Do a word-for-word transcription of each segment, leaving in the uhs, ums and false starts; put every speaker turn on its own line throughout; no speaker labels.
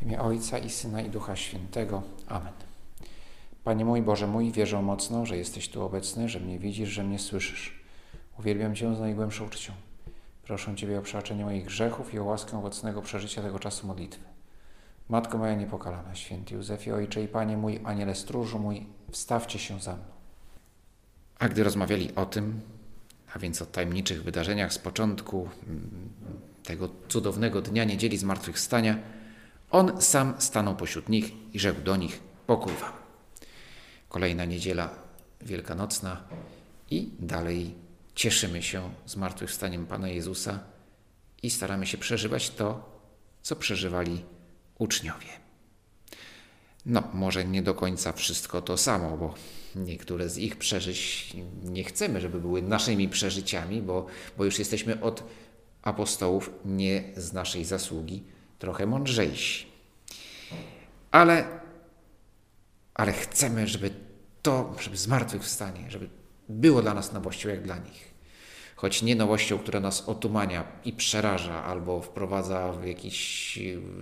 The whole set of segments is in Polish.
imię Ojca i Syna i Ducha Świętego. Amen. Panie mój, Boże mój, wierzę mocno, że jesteś tu obecny, że mnie widzisz, że mnie słyszysz. Uwielbiam Cię z najgłębszą uczcią. Proszę Ciebie o przebaczenie moich grzechów i o łaskę owocnego przeżycia tego czasu modlitwy. Matko moja niepokalana, święty Józefie, Ojcze i Panie mój, Aniele stróżu mój, wstawcie się za mną. A gdy rozmawiali o tym, a więc o tajemniczych wydarzeniach z początku tego cudownego dnia niedzieli zmartwychwstania, on sam stanął pośród nich i rzekł do nich: pokój wam. Kolejna niedziela wielkanocna i dalej cieszymy się zmartwychwstaniem Pana Jezusa i staramy się przeżywać to, co przeżywali uczniowie. No, może nie do końca wszystko to samo, bo niektóre z ich przeżyć nie chcemy, żeby były naszymi przeżyciami, bo, bo już jesteśmy od apostołów nie z naszej zasługi trochę mądrzejsi. Ale, ale chcemy, żeby to, żeby zmartwychwstanie, żeby było dla nas nowością jak dla nich. Choć nie nowością, która nas otumania i przeraża albo wprowadza w jakiś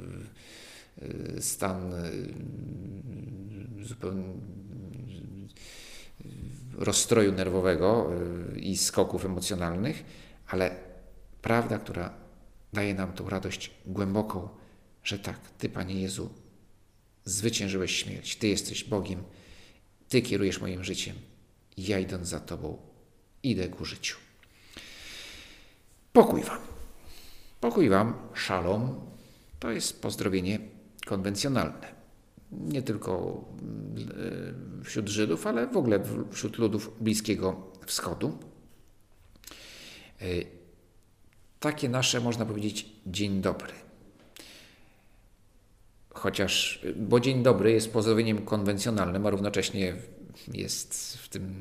stan zupełnie rozstroju nerwowego i skoków emocjonalnych, ale prawda, która daje nam tą radość głęboką, że tak, Ty, Panie Jezu, zwyciężyłeś śmierć, Ty jesteś Bogiem, Ty kierujesz moim życiem i ja, idąc za Tobą, idę ku życiu. Pokój wam. Pokój wam, szalom, to jest pozdrowienie konwencjonalne. Nie tylko wśród Żydów, ale w ogóle wśród ludów Bliskiego Wschodu. Takie nasze, można powiedzieć, dzień dobry. Chociaż, bo dzień dobry jest pozdrowieniem konwencjonalnym, a równocześnie jest w tym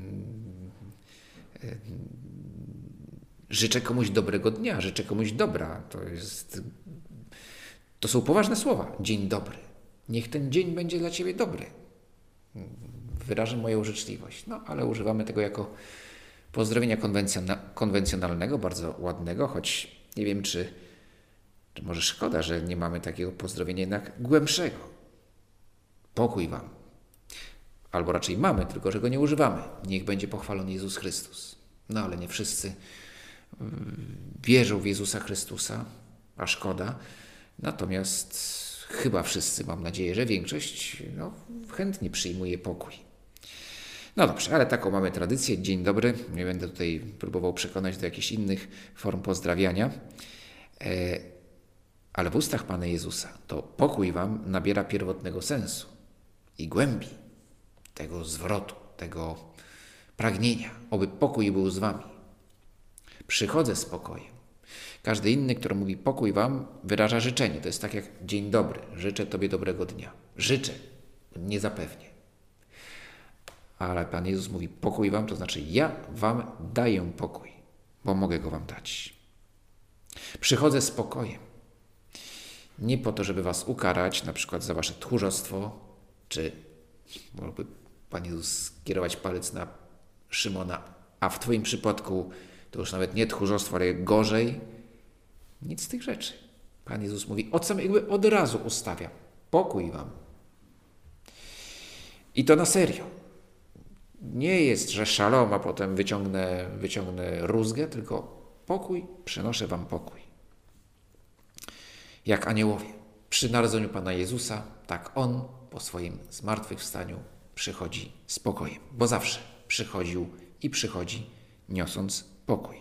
życzę komuś dobrego dnia, życzę komuś dobra. To jest, to są poważne słowa. Dzień dobry. Niech ten dzień będzie dla Ciebie dobry. Wyrażę moją życzliwość. No, ale używamy tego jako pozdrowienia konwencjonalnego, bardzo ładnego, choć nie wiem, czy, czy może szkoda, że nie mamy takiego pozdrowienia jednak głębszego. Pokój wam. Albo raczej mamy, tylko że go nie używamy. Niech będzie pochwalony Jezus Chrystus. No, ale nie wszyscy wierzą w Jezusa Chrystusa, a szkoda. Natomiast chyba wszyscy, mam nadzieję, że większość no, chętnie przyjmuje pokój. No dobrze, ale taką mamy tradycję. Dzień dobry. Nie będę tutaj próbował przekonać do jakichś innych form pozdrawiania. E, ale w ustach Pana Jezusa to pokój wam nabiera pierwotnego sensu i głębi tego zwrotu, tego pragnienia. Oby pokój był z wami. Przychodzę z pokojem. Każdy inny, który mówi pokój wam, wyraża życzenie. To jest tak jak dzień dobry. Życzę Tobie dobrego dnia. Życzę, nie zapewnię. Ale Pan Jezus mówi pokój wam, to znaczy ja wam daję pokój, bo mogę go wam dać. Przychodzę z pokojem. Nie po to, żeby was ukarać, na przykład za wasze tchórzostwo, czy mógłby Pan Jezus skierować palec na Szymona, a w Twoim przypadku to już nawet nie tchórzostwo, ale gorzej. Nic z tych rzeczy. Pan Jezus mówi, od samego jakby od razu ustawia. Pokój wam. I to na serio. Nie jest, że szalom, a potem wyciągnę, wyciągnę rózgę, tylko pokój, przynoszę wam pokój. Jak aniołowie. Przy narodzeniu Pana Jezusa, tak On po swoim zmartwychwstaniu przychodzi z pokojem. Bo zawsze przychodził i przychodzi, niosąc pokój.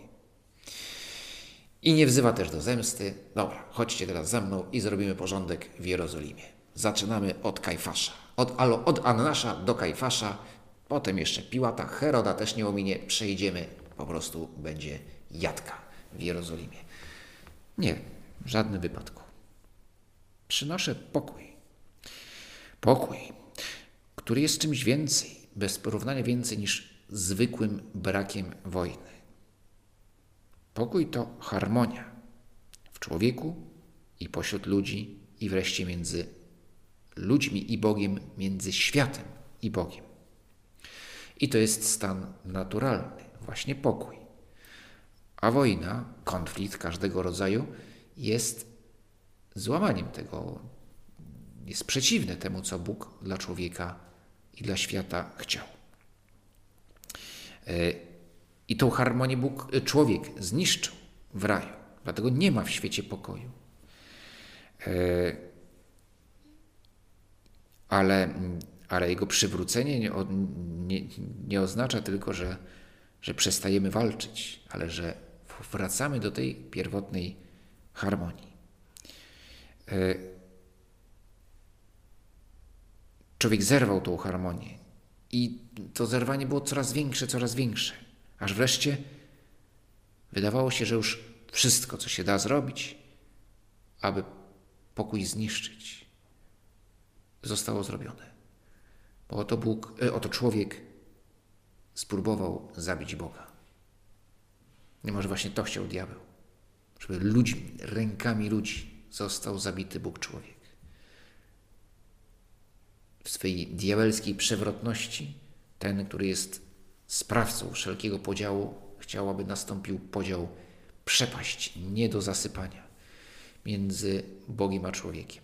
I nie wzywa też do zemsty. Dobra, chodźcie teraz za mną i zrobimy porządek w Jerozolimie. Zaczynamy od Kajfasza. Od, alo, od Annasza do Kajfasza. Potem jeszcze Piłata, Heroda też nie ominie. Przejdziemy, po prostu będzie jadka w Jerozolimie. Nie, w żadnym wypadku. Przynoszę pokój. Pokój, który jest czymś więcej, bez porównania więcej niż zwykłym brakiem wojny. Pokój to harmonia w człowieku i pośród ludzi i wreszcie między ludźmi i Bogiem, między światem i Bogiem. I to jest stan naturalny, właśnie pokój. A wojna, konflikt każdego rodzaju jest złamaniem tego jest przeciwne temu, co Bóg dla człowieka i dla świata chciał. I tą harmonię Bóg, człowiek zniszczył w raju. Dlatego nie ma w świecie pokoju. Ale, ale jego przywrócenie nie, nie, nie oznacza tylko, że, że przestajemy walczyć, ale że wracamy do tej pierwotnej harmonii. Człowiek zerwał tą harmonię i to zerwanie było coraz większe, coraz większe, aż wreszcie wydawało się, że już wszystko, co się da zrobić, aby pokój zniszczyć, zostało zrobione. Bo oto Bóg, e, oto człowiek spróbował zabić Boga. Nie może właśnie to chciał diabeł, żeby ludźmi, rękami ludzi został zabity Bóg człowiek. W swej diabelskiej przewrotności ten, który jest sprawcą wszelkiego podziału, chciał, aby nastąpił podział, przepaść nie do zasypania między Bogiem a człowiekiem.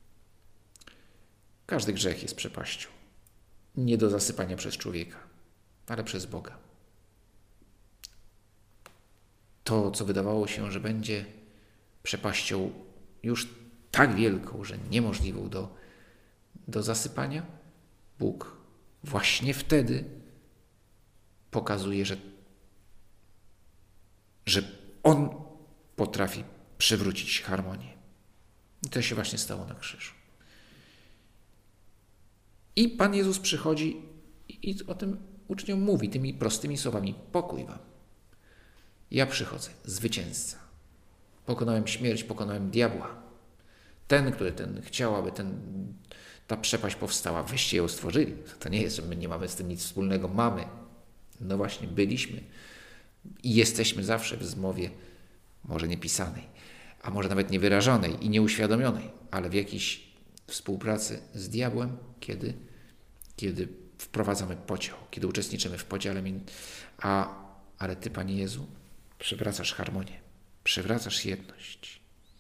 Każdy grzech jest przepaścią, nie do zasypania przez człowieka, ale przez Boga. To, co wydawało się, że będzie przepaścią już tak wielką, że niemożliwą do, do zasypania, Bóg właśnie wtedy pokazuje, że, że On potrafi przywrócić harmonię. I to się właśnie stało na krzyżu. I Pan Jezus przychodzi i o tym uczniom mówi tymi prostymi słowami: pokój wam. Ja przychodzę, zwycięzca. Pokonałem śmierć, pokonałem diabła. Ten, który ten chciał, aby ten, ta przepaść powstała, wyście ją stworzyli. To nie jest, że my nie mamy z tym nic wspólnego. Mamy. No właśnie, byliśmy i jesteśmy zawsze w zmowie, może nie pisanej, a może nawet niewyrażonej i nieuświadomionej, ale w jakiejś współpracy z diabłem, kiedy, kiedy wprowadzamy podział, kiedy uczestniczymy w podziale, a, ale Ty, Panie Jezu, przywracasz harmonię, przywracasz jedność.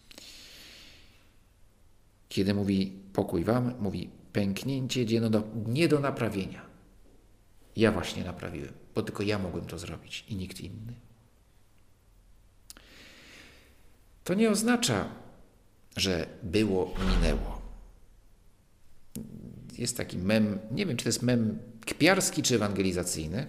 Kiedy mówi pokój wam, mówi pęknięcie nie do, nie do naprawienia. Ja właśnie naprawiłem, bo tylko ja mogłem to zrobić i nikt inny. To nie oznacza, że było, minęło. Jest taki mem, nie wiem, czy to jest mem kpiarski, czy ewangelizacyjny.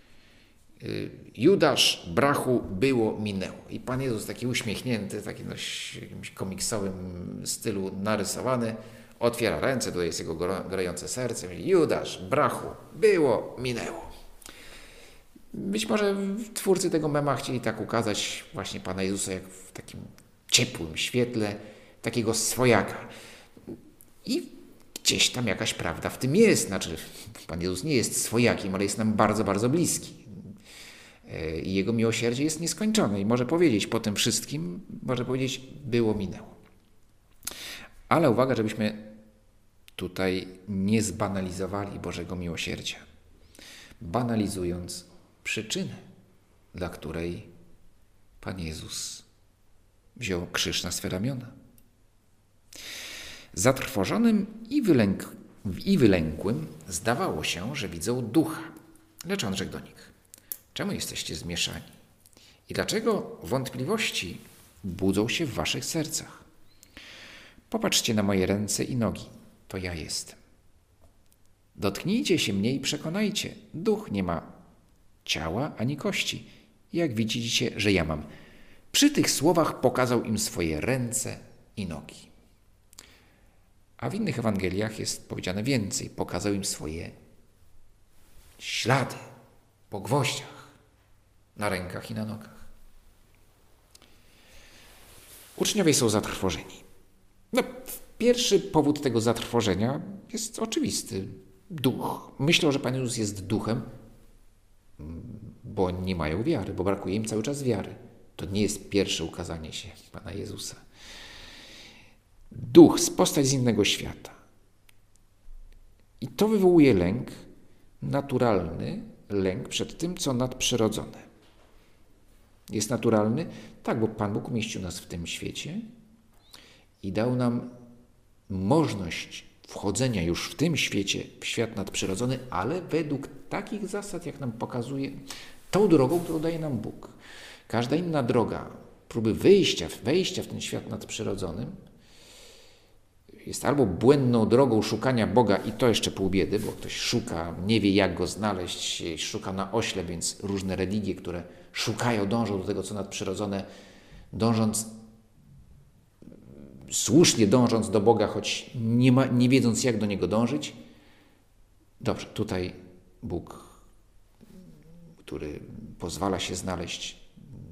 Judasz, brachu, było, minęło. I Pan Jezus taki uśmiechnięty, taki no, w jakimś komiksowym stylu narysowany, otwiera ręce, tutaj jest jego gorące serce, mówi: Judasz, brachu, było, minęło. Być może twórcy tego mema chcieli tak ukazać właśnie Pana Jezusa jak w takim ciepłym świetle takiego swojaka. I gdzieś tam jakaś prawda w tym jest. Znaczy, Pan Jezus nie jest swojakiem, ale jest nam bardzo, bardzo bliski. I Jego miłosierdzie jest nieskończone. I może powiedzieć po tym wszystkim, może powiedzieć: było, minęło. Ale uwaga, żebyśmy tutaj nie zbanalizowali Bożego miłosierdzia, banalizując przyczynę, dla której Pan Jezus wziął krzyż na swe ramiona. Zatrwożonym i, wylęk, i wylękłym zdawało się, że widzą ducha, lecz on rzekł do nich: czemu jesteście zmieszani? I dlaczego wątpliwości budzą się w waszych sercach? Popatrzcie na moje ręce i nogi, to ja jestem. Dotknijcie się mnie i przekonajcie, duch nie ma ciała ani kości, jak widzicie, że ja mam. Przy tych słowach pokazał im swoje ręce i nogi. A w innych Ewangeliach jest powiedziane więcej. Pokazał im swoje ślady po gwoździach na rękach i na nogach. Uczniowie są zatrwożeni. No, pierwszy powód tego zatrwożenia jest oczywisty. Duch. Myślą, że Pan Jezus jest duchem, bo nie mają wiary, bo brakuje im cały czas wiary. To nie jest pierwsze ukazanie się Pana Jezusa. Duch, postać z innego świata. I to wywołuje lęk, naturalny lęk przed tym, co nadprzyrodzone. Jest naturalny? Tak, bo Pan Bóg umieścił nas w tym świecie i dał nam możność wchodzenia już w tym świecie w świat nadprzyrodzony, ale według takich zasad, jak nam pokazuje, tą drogą, którą daje nam Bóg. Każda inna droga próby wyjścia, wejścia w ten świat nadprzyrodzony jest albo błędną drogą szukania Boga i to jeszcze pół biedy, bo ktoś szuka, nie wie jak Go znaleźć, szuka na ośle, więc różne religie, które szukają, dążą do tego, co nadprzyrodzone, dążąc, słusznie dążąc do Boga, choć nie, ma, nie wiedząc jak do Niego dążyć. Dobrze, tutaj Bóg, który pozwala się znaleźć,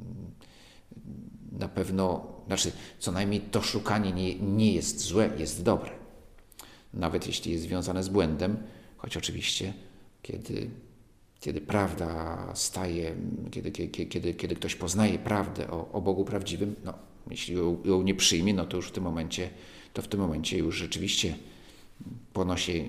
na pewno, znaczy co najmniej to szukanie nie, nie jest złe, jest dobre. Nawet jeśli jest związane z błędem, choć oczywiście kiedy, kiedy prawda staje, kiedy, kiedy, kiedy, kiedy ktoś poznaje prawdę o, o Bogu prawdziwym, no jeśli ją, ją nie przyjmie, no to już w tym momencie, to w tym momencie już rzeczywiście ponosi,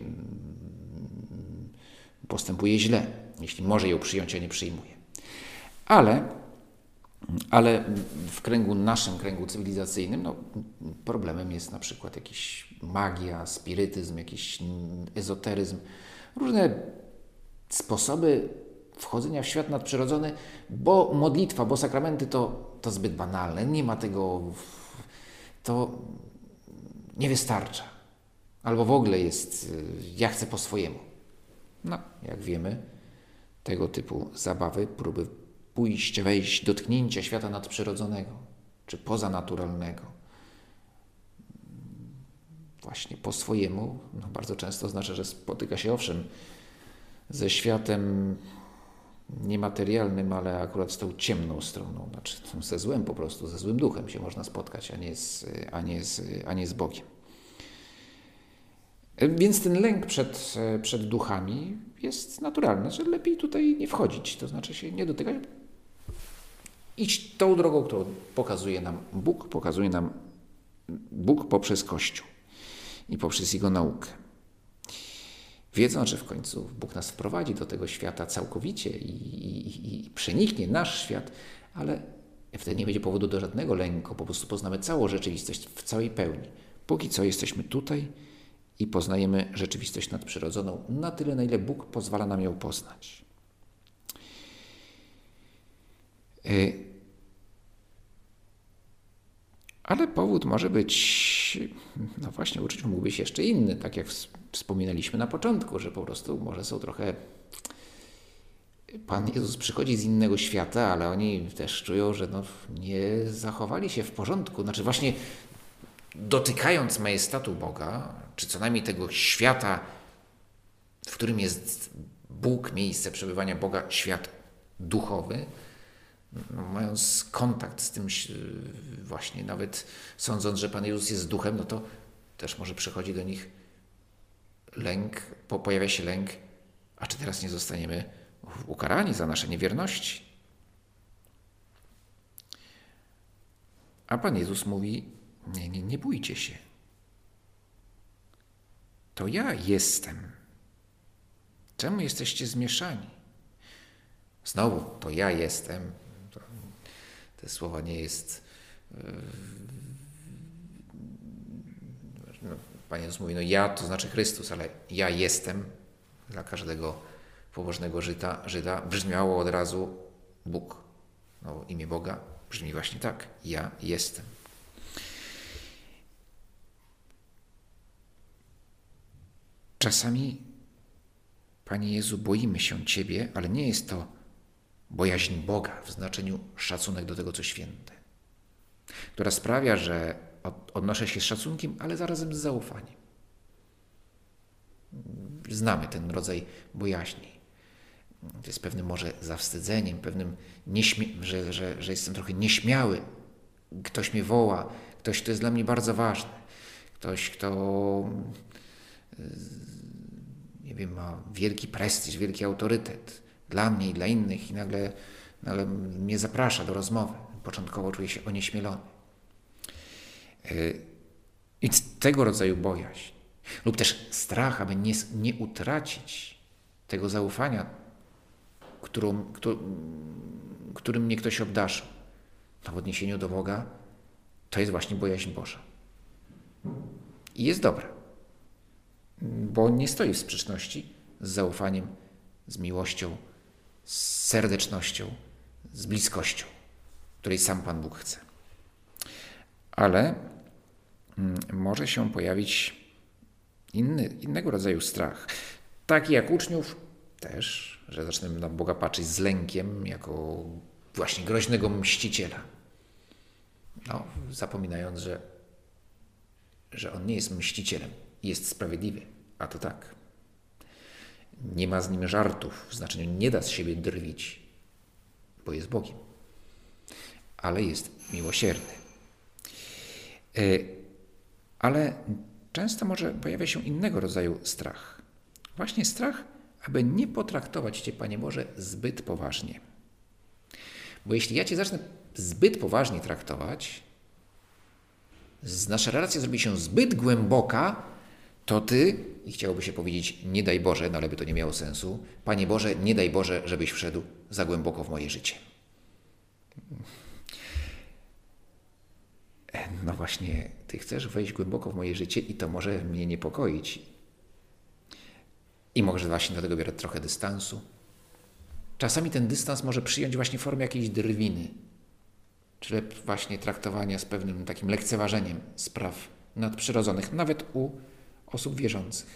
postępuje źle, jeśli może ją przyjąć, a nie przyjmuje. Ale Ale w kręgu naszym, kręgu cywilizacyjnym, no, problemem jest na przykład jakiś magia, spirytyzm, jakiś ezoteryzm, różne sposoby wchodzenia w świat nadprzyrodzony, bo modlitwa, bo sakramenty to, to zbyt banalne, nie ma tego, to nie wystarcza. Albo w ogóle jest, ja chcę po swojemu. No, jak wiemy, tego typu zabawy, próby pójść, wejść, dotknięcia świata nadprzyrodzonego, czy pozanaturalnego, właśnie po swojemu, no bardzo często znaczy, że spotyka się owszem ze światem niematerialnym, ale akurat z tą ciemną stroną, znaczy ze złem po prostu, ze złym duchem się można spotkać, a nie z, a nie z, a nie z Bogiem. Więc ten lęk przed, przed duchami jest naturalny, że lepiej tutaj nie wchodzić, to znaczy się nie dotykać. Iść tą drogą, którą pokazuje nam Bóg, pokazuje nam Bóg poprzez Kościół i poprzez Jego naukę. Wiedząc, że w końcu Bóg nas wprowadzi do tego świata całkowicie i, i, i przeniknie nasz świat, ale wtedy nie będzie powodu do żadnego lęku, po prostu poznamy całą rzeczywistość w całej pełni. Póki co jesteśmy tutaj i poznajemy rzeczywistość nadprzyrodzoną na tyle, na ile Bóg pozwala nam ją poznać. Ale powód może być, no właśnie, uczuć mógłby być jeszcze inny, tak jak wspominaliśmy na początku, że po prostu może są trochę... Pan Jezus przychodzi z innego świata, ale oni też czują, że no, nie zachowali się w porządku. Znaczy właśnie dotykając majestatu Boga, czy co najmniej tego świata, w którym jest Bóg, miejsce przebywania Boga, świat duchowy, no, mając kontakt z tym właśnie, nawet sądząc, że Pan Jezus jest duchem, no to też może przychodzi do nich lęk, po, pojawia się lęk, a czy teraz nie zostaniemy ukarani za nasze niewierności? A Pan Jezus mówi, nie, nie, nie bójcie się. To ja jestem. Czemu jesteście zmieszani? Znowu, to ja jestem. To, te słowa nie jest... No, Pan Jezus mówi, no ja to znaczy Chrystus, ale ja jestem. Dla każdego pobożnego Żyda, Żyda brzmiało od razu Bóg. No, imię Boga brzmi właśnie tak. Ja jestem. Czasami, Panie Jezu, boimy się Ciebie, ale nie jest to bojaźń Boga w znaczeniu szacunek do tego, co święte, która sprawia, że odnoszę się z szacunkiem, ale zarazem z zaufaniem. Znamy ten rodzaj bojaźni. To jest pewnym może zawstydzeniem, pewnym, nieśmie- że, że, że jestem trochę nieśmiały. Ktoś mnie woła, ktoś, kto jest dla mnie bardzo ważny, ktoś, kto nie wiem, ma wielki prestiż, wielki autorytet dla mnie i dla innych i nagle, nagle mnie zaprasza do rozmowy. Początkowo czuję się onieśmielony. I tego rodzaju bojaźń lub też strach, aby nie, nie utracić tego zaufania, którą, którym mnie ktoś obdarzył w odniesieniu do Boga, to jest właśnie bojaźń Boża. I jest dobra, bo nie stoi w sprzeczności z zaufaniem, z miłością, z serdecznością, z bliskością, której sam Pan Bóg chce. Ale może się pojawić inny, innego rodzaju strach. Taki jak uczniów też, że zaczniemy na Boga patrzeć z lękiem, jako właśnie groźnego mściciela. No, zapominając, że, że On nie jest mścicielem, jest sprawiedliwy, a to tak. Nie ma z Nim żartów, w znaczeniu nie da z siebie drwić, bo jest Bogiem, ale jest miłosierny. Ale często może pojawia się innego rodzaju strach. Właśnie strach, aby nie potraktować Cię, Panie Boże, zbyt poważnie. Bo jeśli ja Cię zacznę zbyt poważnie traktować, nasza relacja zrobi się zbyt głęboka, to Ty, i chciałoby się powiedzieć, nie daj Boże, no ale by to nie miało sensu, Panie Boże, nie daj Boże, żebyś wszedł za głęboko w moje życie. No właśnie, Ty chcesz wejść głęboko w moje życie i to może mnie niepokoić. I może właśnie dlatego biorę trochę dystansu. Czasami ten dystans może przyjąć właśnie formę jakiejś drwiny, czyli właśnie traktowania z pewnym takim lekceważeniem spraw nadprzyrodzonych, nawet u osób wierzących.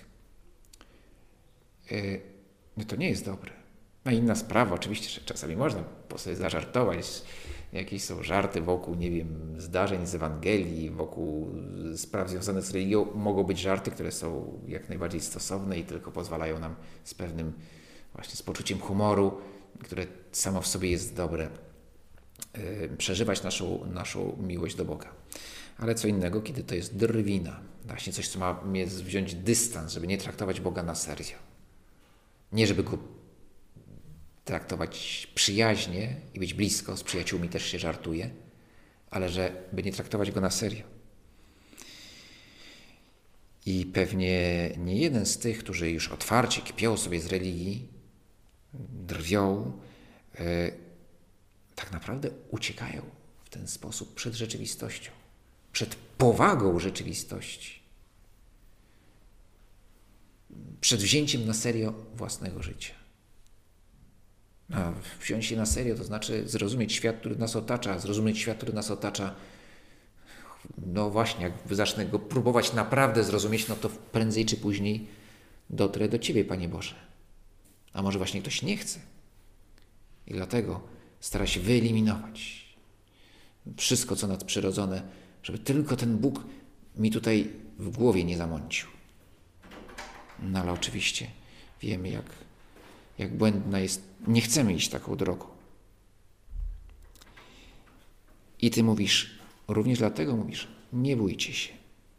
Yy, no to nie jest dobre. No inna sprawa, oczywiście, że czasami można po sobie zażartować. Jakieś są żarty wokół, nie wiem, zdarzeń z Ewangelii, wokół spraw związanych z religią. Mogą być żarty, które są jak najbardziej stosowne i tylko pozwalają nam z pewnym, właśnie z poczuciem humoru, które samo w sobie jest dobre, yy, przeżywać naszą, naszą miłość do Boga. Ale co innego, kiedy to jest drwina, właśnie coś, co ma mnie wziąć dystans, żeby nie traktować Boga na serio. Nie, żeby Go traktować przyjaźnie i być blisko, z przyjaciółmi też się żartuje, ale żeby nie traktować Go na serio. I pewnie nie jeden z tych, którzy już otwarcie kpią sobie z religii, drwią, yy, tak naprawdę uciekają w ten sposób przed rzeczywistością, przed powagą rzeczywistości, przed wzięciem na serio własnego życia. A wziąć się na serio to znaczy zrozumieć świat, który nas otacza, zrozumieć świat, który nas otacza. No właśnie, jak zacznę go próbować naprawdę zrozumieć, no to prędzej czy później dotrę do Ciebie, Panie Boże. A może właśnie ktoś nie chce i dlatego stara się wyeliminować wszystko, co nadprzyrodzone, żeby tylko ten Bóg mi tutaj w głowie nie zamącił. No ale oczywiście wiemy, jak, jak błędna jest. Nie chcemy iść taką drogą. I Ty mówisz, również dlatego mówisz, nie bójcie się.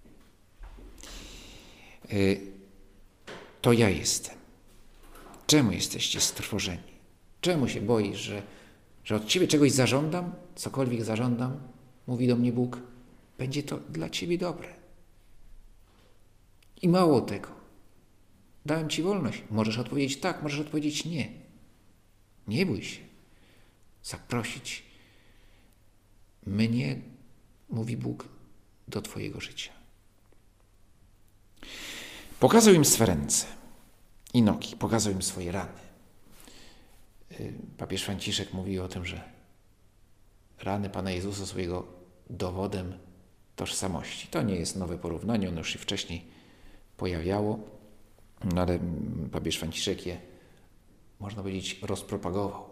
Yy, to ja jestem. Czemu jesteście strwożeni? Czemu się boisz, że, że od Ciebie czegoś zażądam? Cokolwiek zażądam, mówi do mnie Bóg, będzie to dla Ciebie dobre. I mało tego. Dałem Ci wolność. Możesz odpowiedzieć tak, możesz odpowiedzieć nie. Nie bój się. Zaprosić mnie, mówi Bóg, do Twojego życia. Pokazał im swe ręce i nogi, pokazał im swoje rany. Papież Franciszek mówi o tym, że rany Pana Jezusa są Jego dowodem tożsamości. To nie jest nowe porównanie, ono już się wcześniej pojawiało, no ale papież Franciszek je, można powiedzieć, rozpropagował.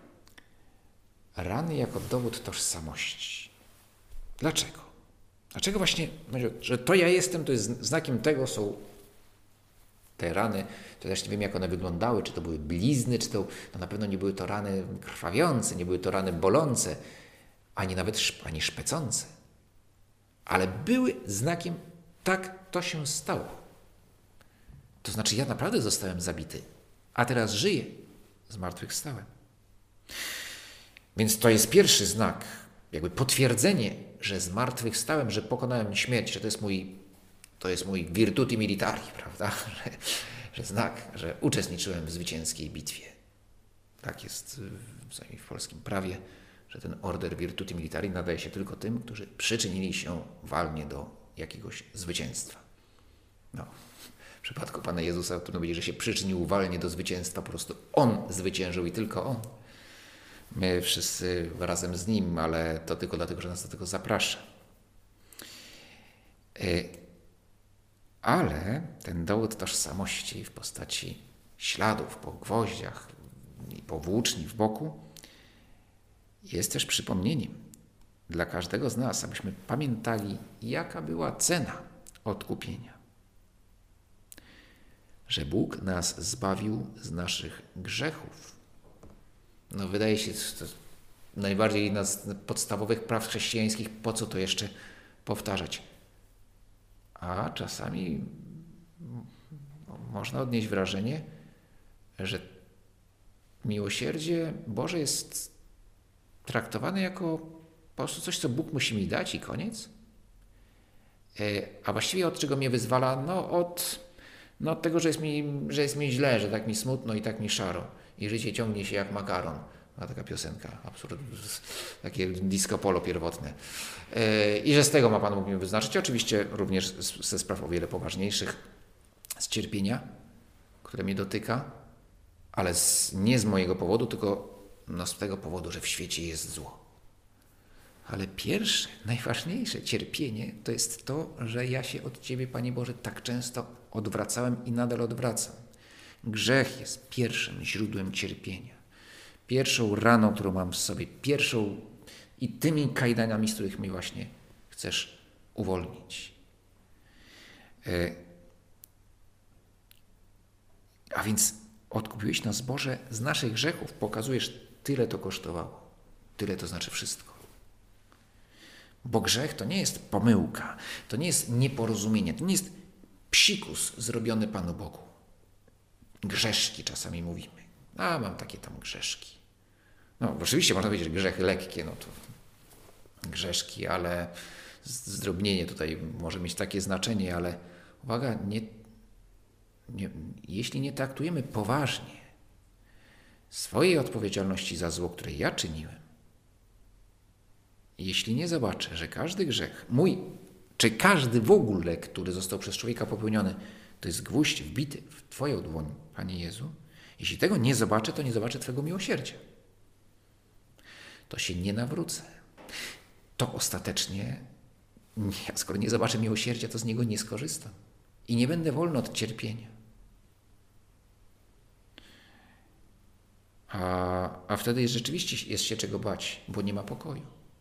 Rany jako dowód tożsamości. Dlaczego? Dlaczego właśnie, że to ja jestem, to jest znakiem tego, są te rany, to też nie wiem, jak one wyglądały, czy to były blizny, czy to, no na pewno nie były to rany krwawiące, nie były to rany bolące, ani nawet szp, ani szpecące. Ale były znakiem, tak to się stało. To znaczy, ja naprawdę zostałem zabity, a teraz żyję, zmartwychwstałem. Więc to jest pierwszy znak, jakby potwierdzenie, że zmartwychwstałem, że pokonałem śmierć, że to jest mój, to jest mój virtuti militari, prawda? Że, że znak, że uczestniczyłem w zwycięskiej bitwie. Tak jest, przynajmniej w polskim prawie, że ten order virtuti militari nadaje się tylko tym, którzy przyczynili się walnie do jakiegoś zwycięstwa. przypadku Pana Jezusa trudno powiedzieć, że się przyczynił walnie do zwycięstwa, po prostu On zwyciężył i tylko On. My wszyscy razem z Nim, ale to tylko dlatego, że nas do tego zaprasza. Ale ten dowód tożsamości w postaci śladów po gwoździach i po włóczni w boku jest też przypomnieniem dla każdego z nas, abyśmy pamiętali, jaka była cena odkupienia. Że Bóg nas zbawił z naszych grzechów. No wydaje się, to najbardziej jedna z podstawowych praw chrześcijańskich, po co to jeszcze powtarzać? A czasami można odnieść wrażenie, że miłosierdzie Boże jest traktowane jako po prostu coś, co Bóg musi mi dać i koniec. A właściwie od czego mnie wyzwala? No od, no od tego, że jest, mi, że jest mi źle, że tak mi smutno i tak mi szaro. I życie ciągnie się jak makaron. A taka piosenka, absurd, takie disco polo pierwotne. I że z tego ma Pan mógł mnie wyznaczyć. Oczywiście również ze spraw o wiele poważniejszych, z cierpienia, które mnie dotyka, ale z, nie z mojego powodu, tylko no z tego powodu, że w świecie jest zło. Ale pierwsze, najważniejsze cierpienie to jest to, że ja się od Ciebie, Panie Boże, tak często odwracałem i nadal odwracam. Grzech jest pierwszym źródłem cierpienia. Pierwszą raną, którą mam w sobie, pierwszą i tymi kajdanami, z których mnie właśnie chcesz uwolnić. A więc odkupiłeś nas, Boże, z naszych grzechów. Pokazujesz, tyle to kosztowało. Tyle to znaczy wszystko. Bo grzech to nie jest pomyłka, to nie jest nieporozumienie, to nie jest psikus zrobiony Panu Bogu. Grzeszki czasami mówimy. A, mam takie tam grzeszki. No, oczywiście można powiedzieć, że grzechy lekkie, no to grzeszki, ale zdrobnienie tutaj może mieć takie znaczenie, ale uwaga, nie, nie, jeśli nie traktujemy poważnie swojej odpowiedzialności za zło, które ja czyniłem, jeśli nie zobaczę, że każdy grzech, mój, czy każdy w ogóle, który został przez człowieka popełniony, to jest gwóźdź wbity w Twoją dłoń, Panie Jezu, jeśli tego nie zobaczę, to nie zobaczę Twojego miłosierdzia. To się nie nawrócę. To ostatecznie, ja skoro nie zobaczę miłosierdzia, to z niego nie skorzystam. I nie będę wolny od cierpienia. A, a wtedy rzeczywiście jest się czego bać, bo nie ma pokoju.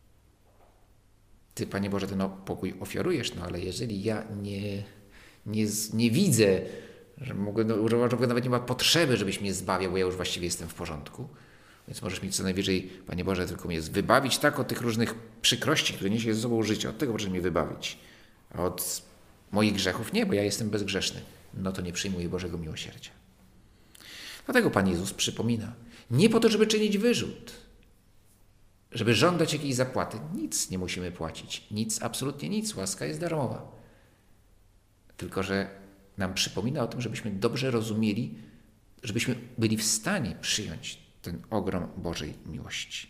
Ty, Panie Boże, ten pokój ofiarujesz, no ale jeżeli ja nie, nie, nie widzę, że mogę, no, że nawet nie ma potrzeby, żebyś mnie zbawiał, bo ja już właściwie jestem w porządku, więc możesz mi co najwyżej, Panie Boże, tylko mnie wybawić tak od tych różnych przykrości, które niesie ze sobą życie. Od tego możesz mnie wybawić. A od moich grzechów nie, bo ja jestem bezgrzeszny. No to nie przyjmuję Bożego miłosierdzia. Dlatego Pan Jezus przypomina. Nie po to, żeby czynić wyrzut, żeby żądać jakiejś zapłaty. Nic nie musimy płacić. Nic, absolutnie nic. Łaska jest darmowa. Tylko że nam przypomina o tym, żebyśmy dobrze rozumieli, żebyśmy byli w stanie przyjąć ten ogrom Bożej miłości.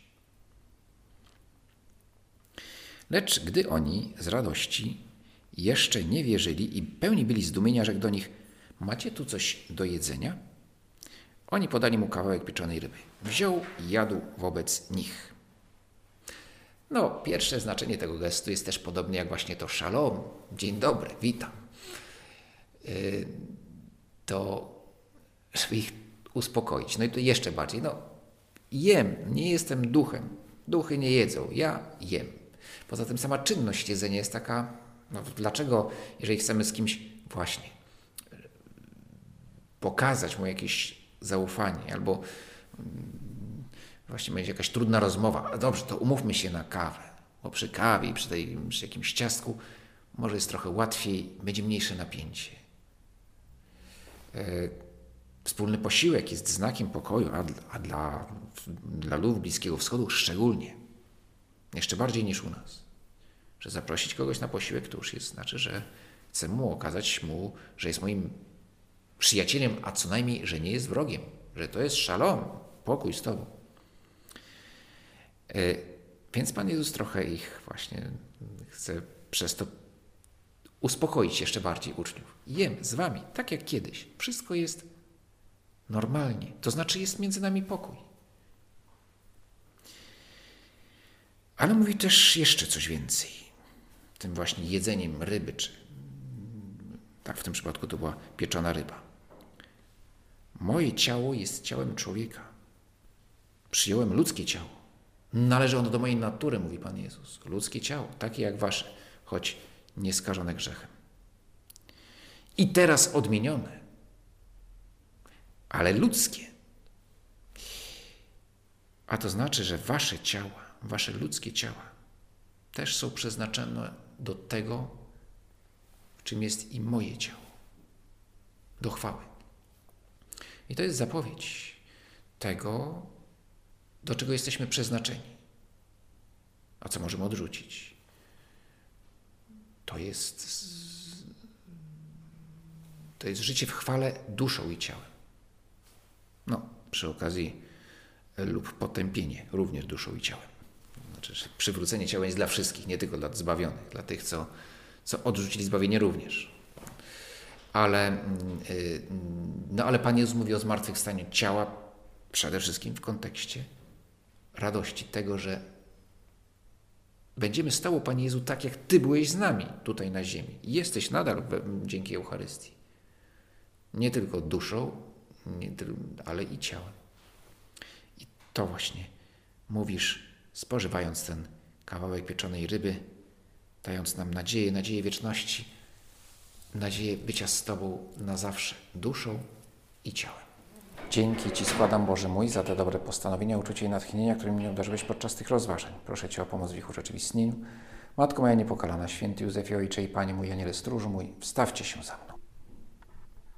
Lecz gdy oni z radości jeszcze nie wierzyli i pełni byli zdumienia, rzekł do nich: macie tu coś do jedzenia? Oni podali mu kawałek pieczonej ryby. Wziął i jadł wobec nich. No, pierwsze znaczenie tego gestu jest też podobne jak właśnie to szalom. Dzień dobry, witam. Yy, to, żeby ich uspokoić. No i to jeszcze bardziej. No, jem, nie jestem duchem. Duchy nie jedzą, ja jem. Poza tym sama czynność jedzenia jest taka, no dlaczego, jeżeli chcemy z kimś właśnie pokazać mu jakieś zaufanie, albo właśnie będzie jakaś trudna rozmowa, a dobrze, to umówmy się na kawę, bo przy kawie i przy, tej, przy jakimś ciastku może jest trochę łatwiej, będzie mniejsze napięcie. Wspólny posiłek jest znakiem pokoju, a, a dla, dla ludów Bliskiego Wschodu szczególnie. Jeszcze bardziej niż u nas. Że zaprosić kogoś na posiłek to już jest, znaczy, że chcę mu okazać mu, że jest moim przyjacielem, a co najmniej, że nie jest wrogiem. Że to jest szalom, pokój z Tobą. Więc Pan Jezus trochę ich właśnie chce przez to uspokoić jeszcze bardziej uczniów. Jem z wami, tak jak kiedyś. Wszystko jest normalnie. To znaczy jest między nami pokój. Ale mówi też jeszcze coś więcej. Tym właśnie jedzeniem ryby, czy tak w tym przypadku to była pieczona ryba. Moje ciało jest ciałem człowieka. Przyjąłem ludzkie ciało. Należy ono do mojej natury, mówi Pan Jezus. Ludzkie ciało, takie jak wasze, choć nieskażone grzechem. I teraz odmienione, ale ludzkie. A to znaczy, że wasze ciała, wasze ludzkie ciała też są przeznaczone do tego, czym jest i moje ciało. Do chwały. I to jest zapowiedź tego, do czego jesteśmy przeznaczeni. A co możemy odrzucić? To jest, to jest życie w chwale duszą i ciałem. No, przy okazji lub potępienie również duszą i ciałem. Znaczy, że przywrócenie ciała jest dla wszystkich, nie tylko dla zbawionych, dla tych, co, co odrzucili zbawienie również. Ale, no, ale Pan Jezus mówi o zmartwychwstaniu ciała przede wszystkim w kontekście radości tego, że będziemy z Tobą, Panie Jezu, tak jak Ty byłeś z nami tutaj na ziemi. Jesteś nadal dzięki Eucharystii. Nie tylko duszą, nie, ale i ciałem. I to właśnie mówisz, spożywając ten kawałek pieczonej ryby, dając nam nadzieję, nadzieję wieczności, nadzieję bycia z Tobą na zawsze, duszą i ciałem. Dzięki Ci składam, Boże mój, za te dobre postanowienia, uczucie i natchnienia, którymi mnie obdarzyłeś podczas tych rozważań. Proszę Cię o pomoc w ich urzeczywistnieniu. Matko moja niepokalana, święty Józefie, Ojcze i Panie mój, Aniele stróżu mój, wstawcie się za mną.